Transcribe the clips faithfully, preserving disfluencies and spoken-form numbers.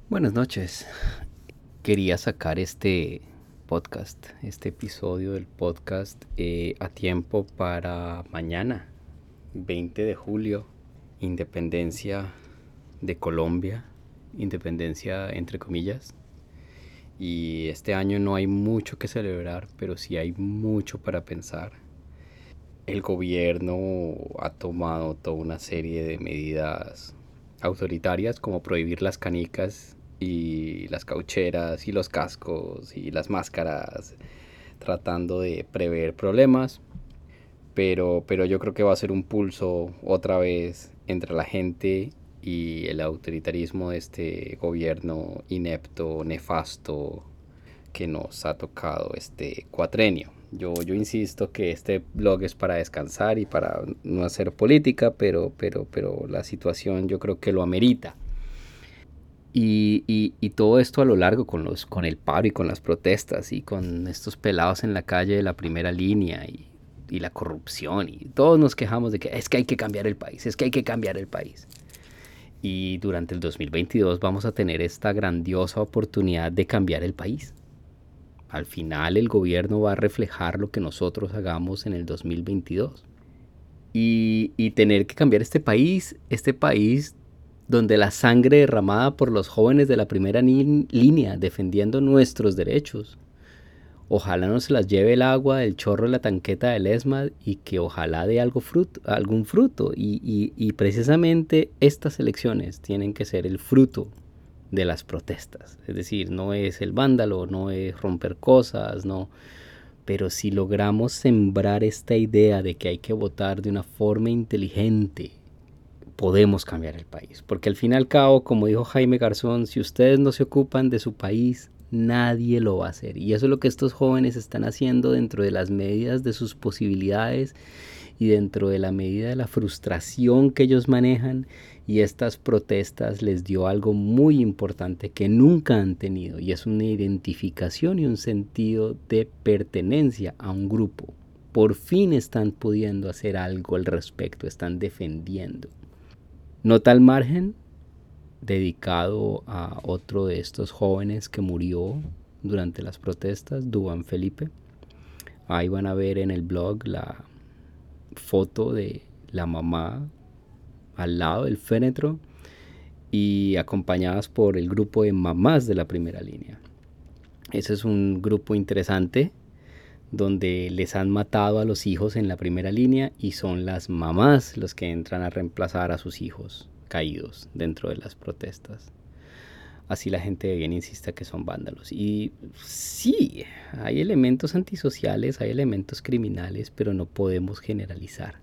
Buenas noches. Quería sacar este podcast, este episodio del podcast eh, a tiempo para mañana, veinte de julio, independencia de Colombia, independencia entre comillas. Y este año no hay mucho que celebrar, pero sí hay mucho para pensar. El gobierno ha tomado toda una serie de medidas autoritarias como prohibir las canicas y las caucheras y los cascos y las máscaras, tratando de prever problemas, pero, pero yo creo que va a ser un pulso otra vez entre la gente y el autoritarismo de este gobierno inepto, nefasto, que nos ha tocado este cuatrenio. Yo, yo insisto que este blog es para descansar y para no hacer política, pero, pero, pero la situación yo creo que lo amerita. Y, y, y todo esto a lo largo con, los, con el paro y con las protestas y con estos pelados en la calle de la primera línea y, y la corrupción. Y todos nos quejamos de que es que hay que cambiar el país, es que hay que cambiar el país. Y durante el dos mil veintidós vamos a tener esta grandiosa oportunidad de cambiar el país. Al final el gobierno va a reflejar lo que nosotros hagamos en el dos mil veintidós. Y, y tener que cambiar este país, este país donde la sangre derramada por los jóvenes de la primera ni- línea defendiendo nuestros derechos, ojalá no se las lleve el agua del chorro de la tanqueta del ESMAD y que ojalá dé algo fruto, algún fruto. Y, y, y precisamente estas elecciones tienen que ser el fruto de las protestas. Es decir, no es el vándalo, no es romper cosas, no. Pero si logramos sembrar esta idea de que hay que votar de una forma inteligente, podemos cambiar el país. Porque al fin y al cabo, como dijo Jaime Garzón, si ustedes no se ocupan de su país, nadie lo va a hacer. Y eso es lo que estos jóvenes están haciendo dentro de las medidas de sus posibilidades y dentro de la medida de la frustración que ellos manejan. Y estas protestas les dio algo muy importante que nunca han tenido, y es una identificación y un sentido de pertenencia a un grupo. Por fin están pudiendo hacer algo al respecto, están defendiendo. Nota al margen, dedicado a otro de estos jóvenes que murió durante las protestas, Duván Felipe. Ahí van a ver en el blog la foto de la mamá al lado del féretro y acompañadas por el grupo de mamás de la primera línea. Ese es un grupo interesante donde les han matado a los hijos en la primera línea y son las mamás los que entran a reemplazar a sus hijos caídos dentro de las protestas. Así la gente bien insiste que son vándalos. Y sí, hay elementos antisociales, hay elementos criminales, pero no podemos generalizar.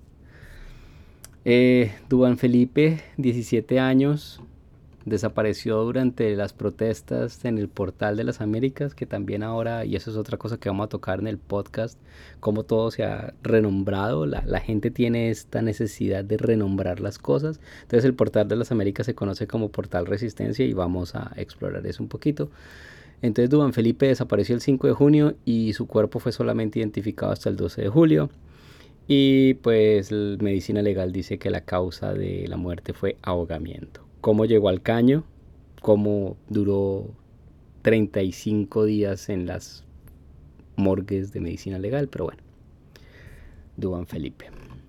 Eh, Duván Felipe, diecisiete años, desapareció durante las protestas en el Portal de las Américas, que también ahora, y eso es otra cosa que vamos a tocar en el podcast, cómo todo se ha renombrado, la, la gente tiene esta necesidad de renombrar las cosas. Entonces el Portal de las Américas se conoce como Portal Resistencia y vamos a explorar eso un poquito. Entonces Duván Felipe desapareció el cinco de junio y su cuerpo fue solamente identificado hasta el doce de julio. Y pues la medicina legal dice que la causa de la muerte fue ahogamiento. ¿Cómo llegó al caño? ¿Cómo duró treinta y cinco días en las morgues de medicina legal? Pero bueno, Duván Felipe.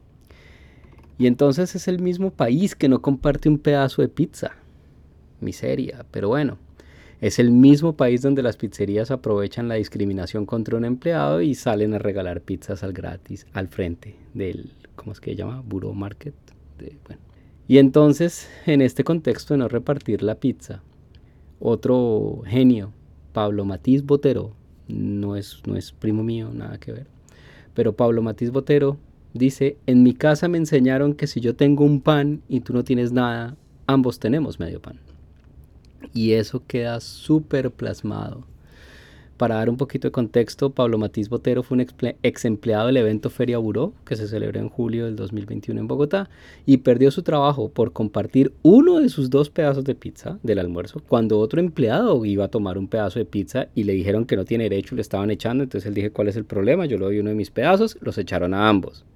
Y entonces es el mismo país que no comparte un pedazo de pizza. Miseria, pero bueno. Es el mismo país donde las pizzerías aprovechan la discriminación contra un empleado y salen a regalar pizzas al gratis al frente del, ¿cómo es que se llama? Buró Market. De, bueno. Y entonces, en este contexto de no repartir la pizza, otro genio, Pablo Matiz Botero, no es, no es primo mío, nada que ver, pero Pablo Matiz Botero dice, en mi casa me enseñaron que si yo tengo un pan y tú no tienes nada, ambos tenemos medio pan. Y eso queda súper plasmado. Para dar un poquito de contexto, Pablo Matiz Botero fue un ex empleado del evento Feria Buró, que se celebró en julio del dos mil veintiuno en Bogotá, y perdió su trabajo por compartir uno de sus dos pedazos de pizza del almuerzo, cuando otro empleado iba a tomar un pedazo de pizza y le dijeron que no tiene derecho y le estaban echando. Entonces él dijo, ¿cuál es el problema? Yo le doy uno de mis pedazos, los echaron a ambos.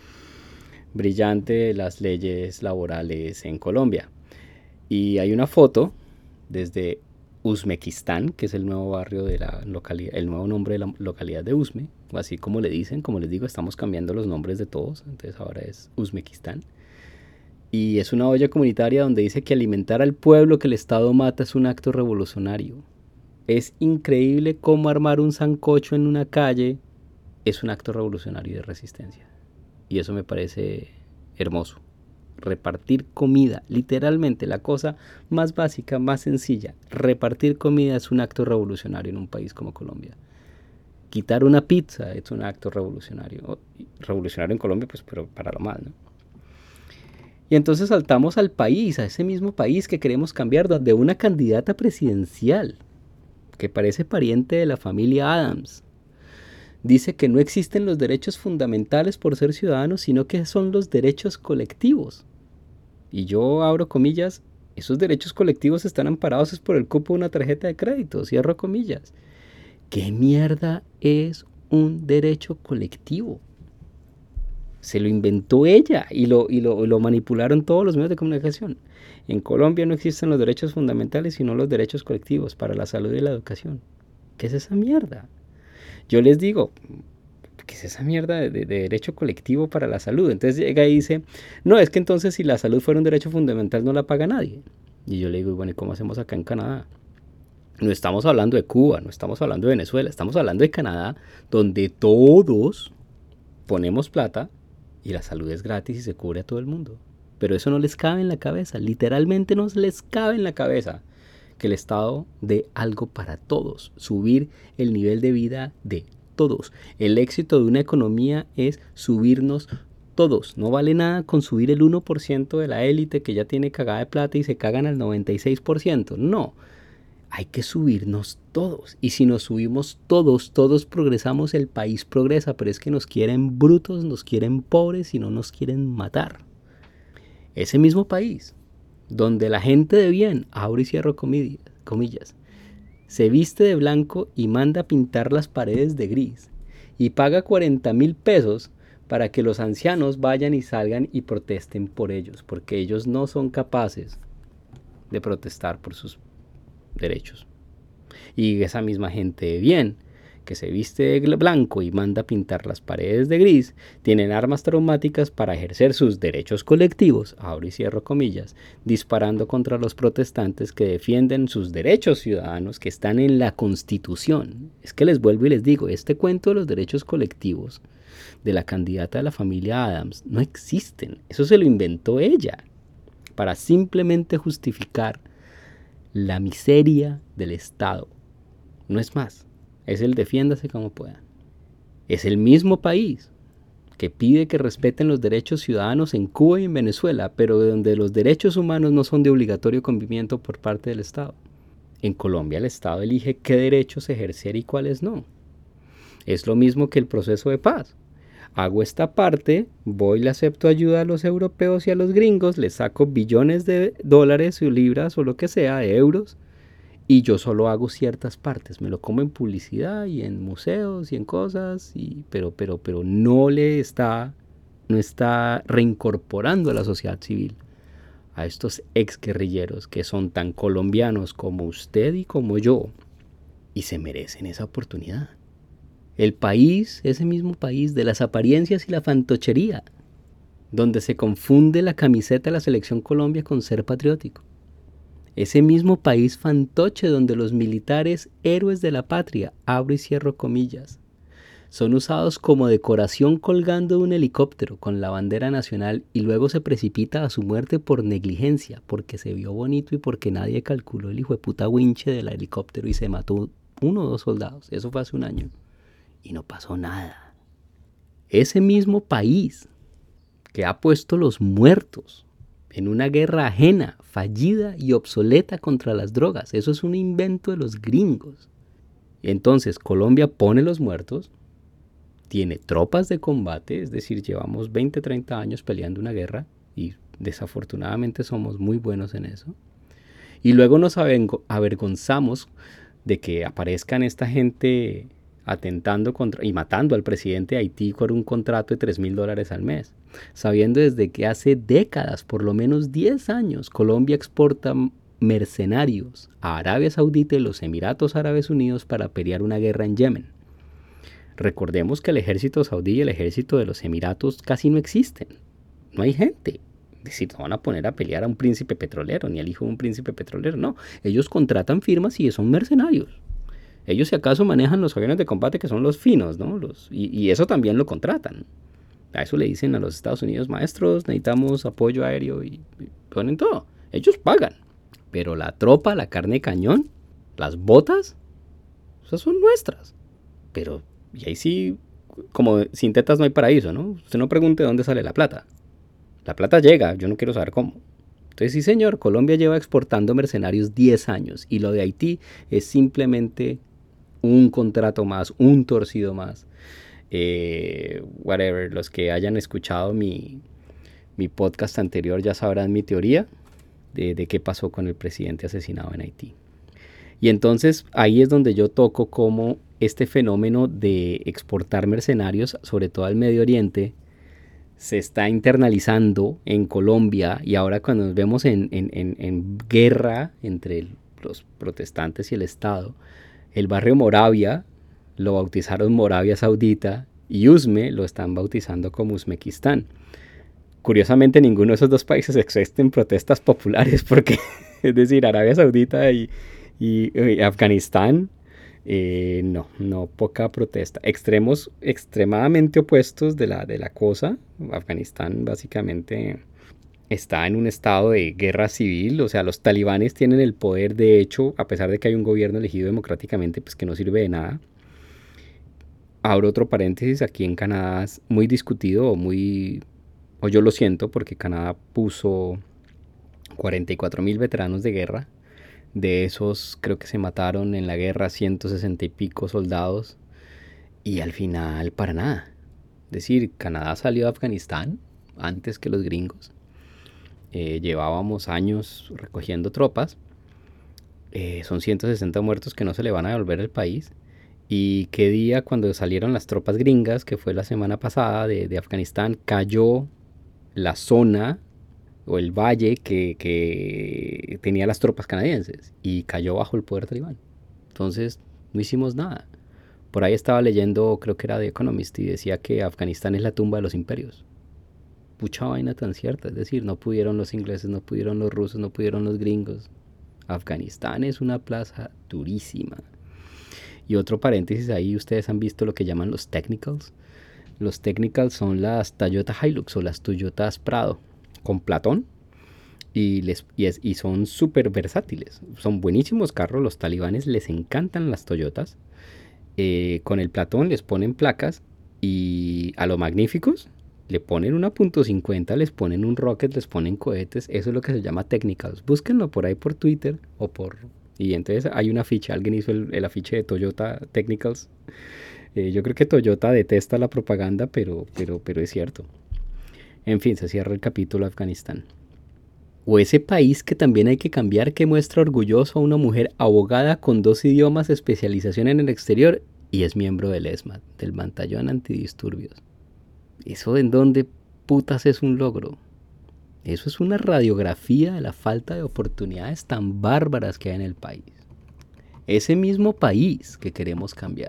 Brillante las leyes laborales en Colombia. Y hay una foto desde Uzmekistán, que es el nuevo barrio de la localidad, el nuevo nombre de la localidad de Uzme, o así como le dicen, como les digo, estamos cambiando los nombres de todos, entonces ahora es Uzmekistán. Y es una olla comunitaria donde dice que alimentar al pueblo que el Estado mata es un acto revolucionario. Es increíble cómo armar un sancocho en una calle es un acto revolucionario de resistencia. Y eso me parece hermoso. Repartir comida, literalmente la cosa más básica, más sencilla. Repartir comida es un acto revolucionario en un país como Colombia. Quitar una pizza es un acto revolucionario. Revolucionario en Colombia, pues, pero para lo mal, ¿no? Y entonces saltamos al país, a ese mismo país que queremos cambiar, donde una candidata presidencial, que parece pariente de la familia Adams, dice que no existen los derechos fundamentales por ser ciudadanos, sino que son los derechos colectivos. Y yo abro comillas, esos derechos colectivos están amparados por el cupo de una tarjeta de crédito, cierro comillas. ¿Qué mierda es un derecho colectivo? Se lo inventó ella y lo, y lo, lo manipularon todos los medios de comunicación. En Colombia no existen los derechos fundamentales, sino los derechos colectivos para la salud y la educación. ¿Qué es esa mierda? Yo les digo, ¿qué es esa mierda de, de, de derecho colectivo para la salud? Entonces llega y dice, no, es que entonces si la salud fuera un derecho fundamental no la paga nadie. Y yo le digo, bueno, ¿y cómo hacemos acá en Canadá? No estamos hablando de Cuba, no estamos hablando de Venezuela, estamos hablando de Canadá, donde todos ponemos plata y la salud es gratis y se cubre a todo el mundo. Pero eso no les cabe en la cabeza, literalmente no les cabe en la cabeza que el Estado dé algo para todos, subir el nivel de vida de todos. El éxito de una economía es subirnos todos. No vale nada con subir el uno por ciento de la élite que ya tiene cagada de plata y se cagan al noventa y seis por ciento. No, hay que subirnos todos. Y si nos subimos todos, todos progresamos, el país progresa, pero es que nos quieren brutos, nos quieren pobres y no nos quieren matar. Ese mismo país donde la gente de bien, abro y cierro comillas, comillas, se viste de blanco y manda a pintar las paredes de gris y paga cuarenta mil pesos para que los ancianos vayan y salgan y protesten por ellos, porque ellos no son capaces de protestar por sus derechos. Y esa misma gente de bien, que se viste de blanco y manda a pintar las paredes de gris, tienen armas traumáticas para ejercer sus derechos colectivos, abro y cierro comillas, disparando contra los protestantes que defienden sus derechos ciudadanos que están en la Constitución. Es que les vuelvo y les digo, este cuento de los derechos colectivos de la candidata de la familia Adams no existen. Eso se lo inventó ella para simplemente justificar la miseria del Estado. No es más. Es el defiéndase como pueda. Es el mismo país que pide que respeten los derechos ciudadanos en Cuba y en Venezuela, pero donde los derechos humanos no son de obligatorio cumplimiento por parte del Estado. En Colombia el Estado elige qué derechos ejercer y cuáles no. Es lo mismo que el proceso de paz. Hago esta parte, voy y le acepto ayuda a los europeos y a los gringos, les saco billones de dólares o libras o lo que sea, de euros, y yo solo hago ciertas partes, me lo como en publicidad y en museos y en cosas, y, pero, pero, pero no le está, no está reincorporando a la sociedad civil a estos exguerrilleros que son tan colombianos como usted y como yo, y se merecen esa oportunidad. El país, ese mismo país de las apariencias y la fantochería, donde se confunde la camiseta de la Selección Colombia con ser patriótico. Ese mismo país fantoche donde los militares héroes de la patria, abro y cierro comillas, son usados como decoración colgando de un helicóptero con la bandera nacional y luego se precipita a su muerte por negligencia, porque se vio bonito y porque nadie calculó el hijo de puta winche del helicóptero y se mató uno o dos soldados. Eso fue hace un año y no pasó nada. Ese mismo país que ha puesto los muertos en una guerra ajena, fallida y obsoleta contra las drogas. Eso es un invento de los gringos. Entonces Colombia pone los muertos, tiene tropas de combate, es decir, llevamos veinte, treinta años peleando una guerra y desafortunadamente somos muy buenos en eso. Y luego nos avergonzamos de que aparezcan esta gente atentando contra y matando al presidente de Haití por un contrato de tres mil dólares al mes, sabiendo desde que hace décadas, por lo menos diez años, Colombia exporta mercenarios a Arabia Saudita y los Emiratos Árabes Unidos para pelear una guerra en Yemen. Recordemos que el ejército saudí y el ejército de los Emiratos casi no existen. No hay gente. Es decir, no van a poner a pelear a un príncipe petrolero, ni al hijo de un príncipe petrolero, no. Ellos contratan firmas y son mercenarios. Ellos si acaso manejan los aviones de combate que son los finos, ¿no? Los, y, y eso también lo contratan. A eso le dicen a los Estados Unidos, maestros, necesitamos apoyo aéreo y, y ponen todo. Ellos pagan. Pero la tropa, la carne de cañón, las botas, esas son nuestras. Pero, y ahí sí, como sin tetas no hay paraíso, ¿no? Usted no pregunte dónde sale la plata. La plata llega, yo no quiero saber cómo. Entonces sí señor, Colombia lleva exportando mercenarios diez años y lo de Haití es simplemente un contrato más, un torcido más. Eh, whatever, los que hayan escuchado mi, mi podcast anterior ya sabrán mi teoría de, de qué pasó con el presidente asesinado en Haití. Y entonces ahí es donde yo toco cómo este fenómeno de exportar mercenarios, sobre todo al Medio Oriente, se está internalizando en Colombia y ahora cuando nos vemos en, en, en, en guerra entre los protestantes y el Estado, el barrio Moravia lo bautizaron Moravia Saudita y Uzme lo están bautizando como Uzbekistán. Curiosamente ninguno de esos dos países existen protestas populares porque, es decir, Arabia Saudita y, y, y Afganistán, eh, no, no, poca protesta. Extremos extremadamente opuestos de la, de la cosa. Afganistán básicamente está en un estado de guerra civil, o sea, los talibanes tienen el poder, de hecho, a pesar de que hay un gobierno elegido democráticamente, pues que no sirve de nada. Abro otro paréntesis, aquí en Canadá es muy discutido, o muy, o yo lo siento, porque Canadá puso cuarenta y cuatro mil veteranos de guerra. De esos creo que se mataron en la guerra ciento sesenta y pico soldados y al final para nada. Es decir, Canadá salió de Afganistán antes que los gringos. Eh, llevábamos años recogiendo tropas. Eh, son ciento sesenta muertos que no se le van a devolver al país. Y qué día cuando salieron las tropas gringas, que fue la semana pasada de, de Afganistán, cayó la zona o el valle que, que tenía las tropas canadienses y cayó bajo el poder talibán. Entonces no hicimos nada. Por ahí estaba leyendo, creo que era The Economist, y decía que Afganistán es la tumba de los imperios. Pucha vaina tan cierta, es decir, no pudieron los ingleses, no pudieron los rusos, no pudieron los gringos. Afganistán es una plaza durísima. Y otro paréntesis ahí, ustedes han visto lo que llaman los technicals. Los technicals son las Toyota Hilux o las Toyotas Prado con Platón y, les, y, es, y son súper versátiles. Son buenísimos carros, los talibanes les encantan las Toyotas. Eh, con el Platón les ponen placas y a lo magníficos le ponen una punto cincuenta, les ponen un rocket, les ponen cohetes. Eso es lo que se llama technicals. Búsquenlo por ahí por Twitter o por... Y entonces hay una ficha, alguien hizo el, el afiche de Toyota Technicals. Eh, yo creo que Toyota detesta la propaganda, pero, pero, pero es cierto. En fin, se cierra el capítulo de Afganistán. O ese país que también hay que cambiar, que muestra orgulloso a una mujer abogada con dos idiomas, especialización en el exterior y es miembro del ESMAD, del Batallón Antidisturbios. ¿Eso en dónde putas es un logro? Eso es una radiografía de la falta de oportunidades tan bárbaras que hay en el país. Ese mismo país que queremos cambiar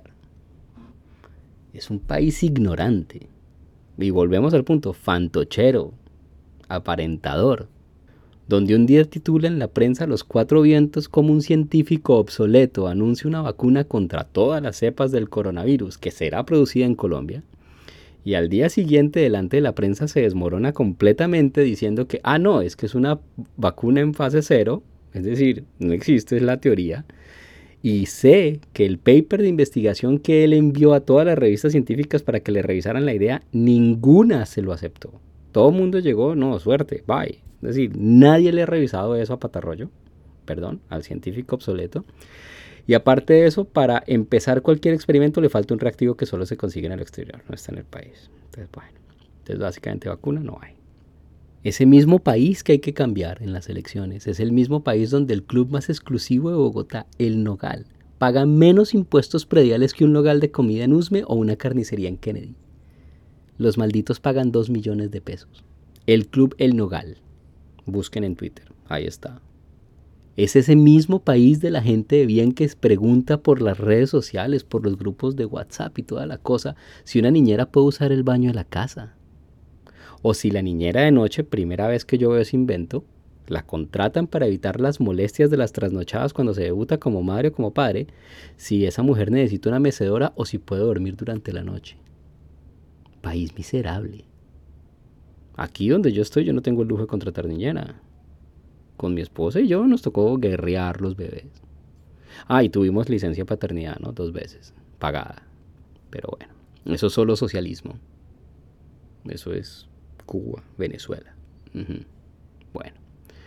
es un país ignorante. Y volvemos al punto, fantochero, aparentador, donde un día titula en la prensa Los Cuatro Vientos como un científico obsoleto anuncia una vacuna contra todas las cepas del coronavirus que será producida en Colombia, y al día siguiente delante de la prensa se desmorona completamente diciendo que, ah no, es que es una vacuna en fase cero, es decir, no existe, es la teoría. Y sé que el paper de investigación que él envió a todas las revistas científicas para que le revisaran la idea, ninguna se lo aceptó. Todo el mundo llegó, no, suerte, bye. Es decir, nadie le ha revisado eso a patarroyo, perdón, al científico obsoleto. Y aparte de eso, para empezar cualquier experimento le falta un reactivo que solo se consigue en el exterior, no está en el país. Entonces, bueno, entonces básicamente vacuna no hay. Ese mismo país que hay que cambiar en las elecciones es el mismo país donde el club más exclusivo de Bogotá, El Nogal, paga menos impuestos prediales que un local de comida en Usme o una carnicería en Kennedy. Los malditos pagan dos millones de pesos. El club El Nogal. Busquen en Twitter, ahí está. Es ese mismo país de la gente de bien que pregunta por las redes sociales, por los grupos de WhatsApp y toda la cosa, si una niñera puede usar el baño de la casa. O si la niñera de noche, primera vez que yo veo ese invento, la contratan para evitar las molestias de las trasnochadas cuando se debuta como madre o como padre, si esa mujer necesita una mecedora o si puede dormir durante la noche. País miserable. Aquí donde yo estoy yo no tengo el lujo de contratar niñera. Con mi esposa y yo nos tocó guerrear los bebés. Ah, y tuvimos licencia de paternidad, ¿no? Dos veces, pagada. Pero bueno, eso es solo socialismo. Eso es Cuba, Venezuela. Uh-huh. Bueno.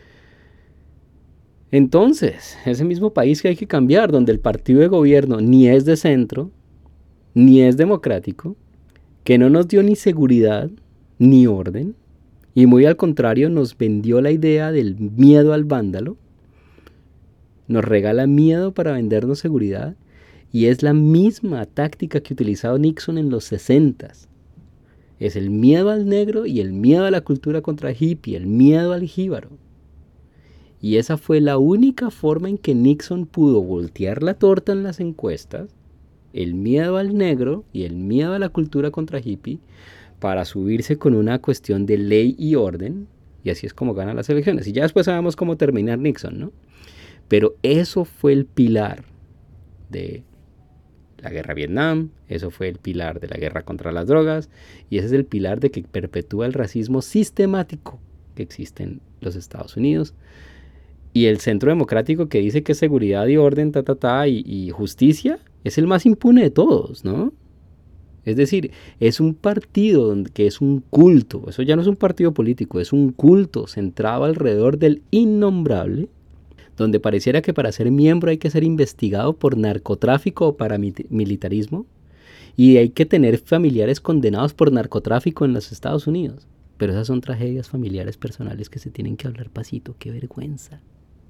Entonces, ese mismo país que hay que cambiar, donde el partido de gobierno ni es de centro, ni es democrático, que no nos dio ni seguridad, ni orden, y muy al contrario nos vendió la idea del miedo al vándalo, nos regala miedo para vendernos seguridad, y es la misma táctica que utilizaba Nixon en los sesentas. Es el miedo al negro y el miedo a la cultura contra hippie, el miedo al jíbaro. Y esa fue la única forma en que Nixon pudo voltear la torta en las encuestas, el miedo al negro y el miedo a la cultura contra hippie, para subirse con una cuestión de ley y orden, y así es como gana las elecciones. Y ya después sabemos cómo terminar Nixon, ¿no? Pero eso fue el pilar de la guerra a Vietnam, eso fue el pilar de la guerra contra las drogas, y ese es el pilar de que perpetúa el racismo sistemático que existe en los Estados Unidos. Y el centro democrático que dice que seguridad y orden, ta, ta, ta, y, y justicia, es el más impune de todos, ¿no? Es decir, es un partido que es un culto, eso ya no es un partido político, es un culto centrado alrededor del innombrable, donde pareciera que para ser miembro hay que ser investigado por narcotráfico o paramilitarismo, y hay que tener familiares condenados por narcotráfico en los Estados Unidos. Pero esas son tragedias familiares personales que se tienen que hablar pasito, qué vergüenza.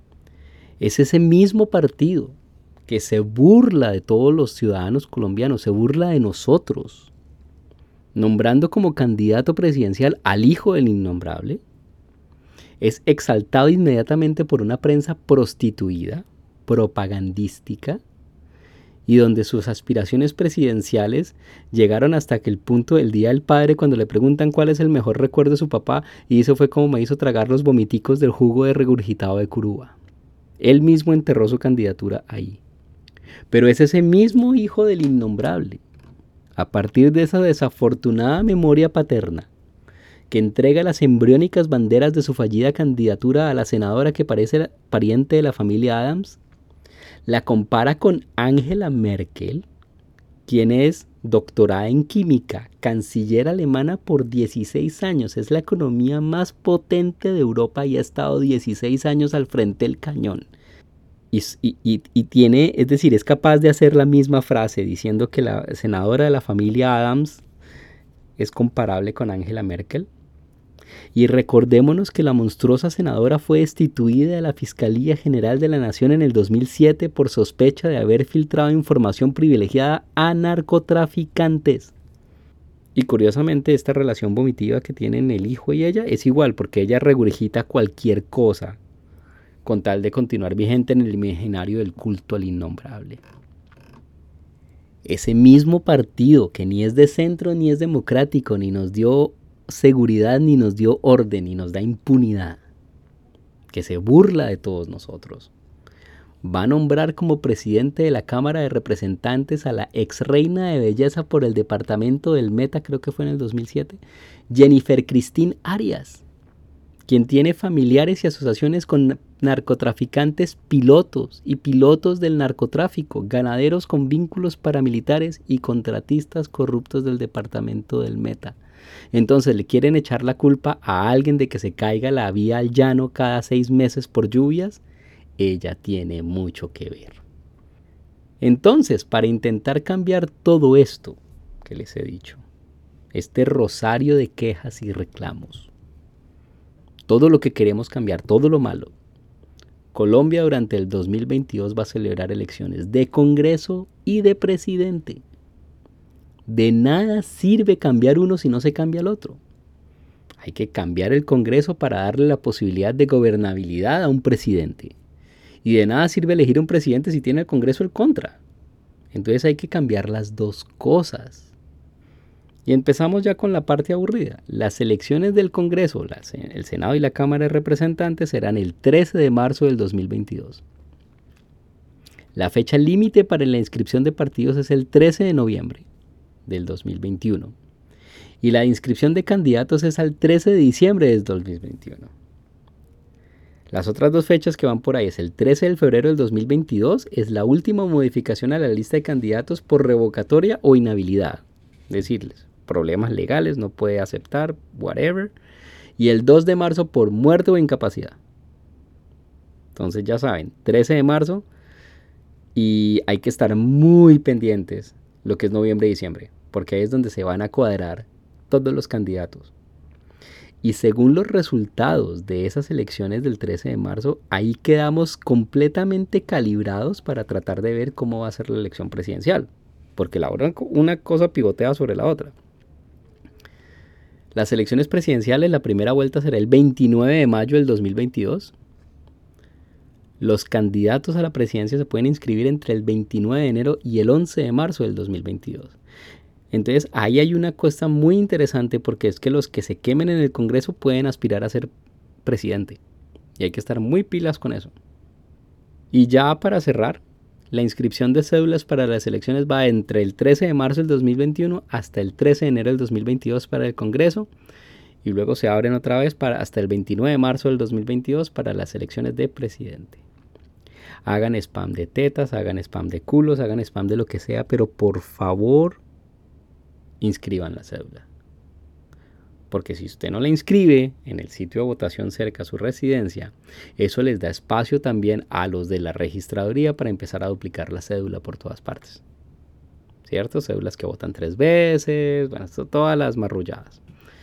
Es ese mismo partido que se burla de todos los ciudadanos colombianos, se burla de nosotros, nombrando como candidato presidencial al hijo del innombrable. Es exaltado inmediatamente por una prensa prostituida, propagandística, y donde sus aspiraciones presidenciales llegaron hasta que el punto del Día del Padre, cuando le preguntan cuál es el mejor recuerdo de su papá, y eso fue como me hizo tragar los vomiticos del jugo de regurgitado de Curuba. Él mismo enterró su candidatura ahí. Pero es ese mismo hijo del innombrable, a partir de esa desafortunada memoria paterna, que entrega las embriónicas banderas de su fallida candidatura a la senadora que parece pariente de la familia Adams, la compara con Angela Merkel, quien es doctorada en química, canciller alemana por dieciséis años, es la economía más potente de Europa y ha estado dieciséis años al frente del cañón. Y, y, y tiene, es decir, es capaz de hacer la misma frase diciendo que la senadora de la familia Adams es comparable con Angela Merkel. Y recordémonos que la monstruosa senadora fue destituida de la Fiscalía General de la Nación en el dos mil siete por sospecha de haber filtrado información privilegiada a narcotraficantes. Y curiosamente esta relación vomitiva que tienen el hijo y ella es igual, porque ella regurgita cualquier cosa con tal de continuar vigente en el imaginario del culto al innombrable. Ese mismo partido que ni es de centro ni es democrático, ni nos dio seguridad, ni nos dio orden, ni nos da impunidad, que se burla de todos nosotros, va a nombrar como presidente de la Cámara de Representantes a la ex reina de belleza por el departamento del Meta, creo que fue en el dos mil siete, Jennifer Cristín Arias, quien tiene familiares y asociaciones con narcotraficantes pilotos y pilotos del narcotráfico, ganaderos con vínculos paramilitares y contratistas corruptos del departamento del Meta. Entonces le quieren echar la culpa a alguien de que se caiga la vía al llano cada seis meses por lluvias. Ella tiene mucho que ver. Entonces, para intentar cambiar todo esto que les he dicho, este rosario de quejas y reclamos, todo lo que queremos cambiar, todo lo malo, Colombia durante el dos mil veintidós va a celebrar elecciones de Congreso y de presidente. De nada sirve cambiar uno si no se cambia el otro. Hay que cambiar el Congreso para darle la posibilidad de gobernabilidad a un presidente. Y de nada sirve elegir un presidente si tiene el Congreso en contra. Entonces hay que cambiar las dos cosas. Y empezamos ya con la parte aburrida. Las elecciones del Congreso, las, el Senado y la Cámara de Representantes serán el trece de marzo del dos mil veintidós. La fecha límite para la inscripción de partidos es el trece de noviembre del dos mil veintiuno. Y la inscripción de candidatos es al trece de diciembre del dos mil veintiuno. Las otras dos fechas que van por ahí es el trece de febrero del dos mil veintidós, es la última modificación a la lista de candidatos por revocatoria o inhabilidad. Decirles, problemas legales, no puede aceptar, whatever. Y el dos de marzo por muerte o incapacidad. Entonces ya saben, trece de marzo, y hay que estar muy pendientes lo que es noviembre y diciembre, porque ahí es donde se van a cuadrar todos los candidatos. Y según los resultados de esas elecciones del trece de marzo, ahí quedamos completamente calibrados para tratar de ver cómo va a ser la elección presidencial, porque la otra, una cosa pivotea sobre la otra. Las elecciones presidenciales, la primera vuelta será el veintinueve de mayo del dos mil veintidós. Los candidatos a la presidencia se pueden inscribir entre el veintinueve de enero y el once de marzo del dos mil veintidós. Entonces ahí hay una cosa muy interesante, porque es que los que se quemen en el Congreso pueden aspirar a ser presidente. Y hay que estar muy pilas con eso. Y ya para cerrar, la inscripción de cédulas para las elecciones va entre el trece de marzo del dos mil veintiuno hasta el trece de enero del dos mil veintidós para el Congreso. Y luego se abren otra vez para hasta el veintinueve de marzo del dos mil veintidós para las elecciones de presidente. Hagan spam de tetas, hagan spam de culos, hagan spam de lo que sea, pero por favor, inscriban la cédula. Porque si usted no la inscribe en el sitio de votación cerca a su residencia, eso les da espacio también a los de la registraduría para empezar a duplicar la cédula por todas partes. ¿Cierto? Cédulas que votan tres veces, bueno, todas las marrulladas.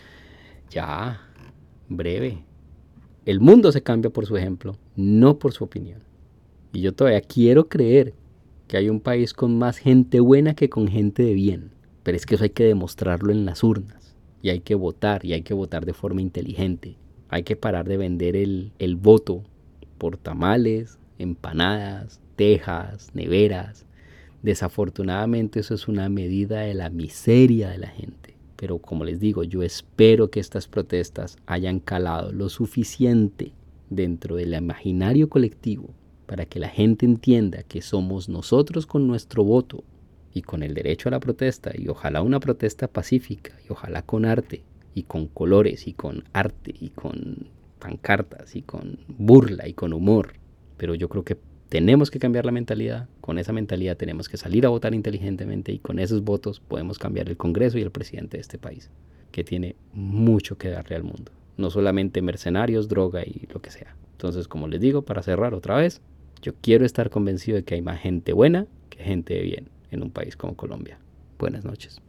Ya, breve. El mundo se cambia por su ejemplo, no por su opinión. Y yo todavía quiero creer que hay un país con más gente buena que con gente de bien. Pero es que eso hay que demostrarlo en las urnas. Y hay que votar, y hay que votar de forma inteligente. Hay que parar de vender el, el voto por tamales, empanadas, tejas, neveras. Desafortunadamente eso es una medida de la miseria de la gente. Pero como les digo, yo espero que estas protestas hayan calado lo suficiente dentro del imaginario colectivo para que la gente entienda que somos nosotros con nuestro voto y con el derecho a la protesta, y ojalá una protesta pacífica, y ojalá con arte, y con colores, y con arte, y con pancartas, y con burla, y con humor. Pero yo creo que tenemos que cambiar la mentalidad. Con esa mentalidad tenemos que salir a votar inteligentemente, y con esos votos podemos cambiar el Congreso y el presidente de este país, que tiene mucho que darle al mundo. No solamente mercenarios, droga y lo que sea. Entonces, como les digo, para cerrar otra vez, yo quiero estar convencido de que hay más gente buena que gente de bien en un país como Colombia. Buenas noches.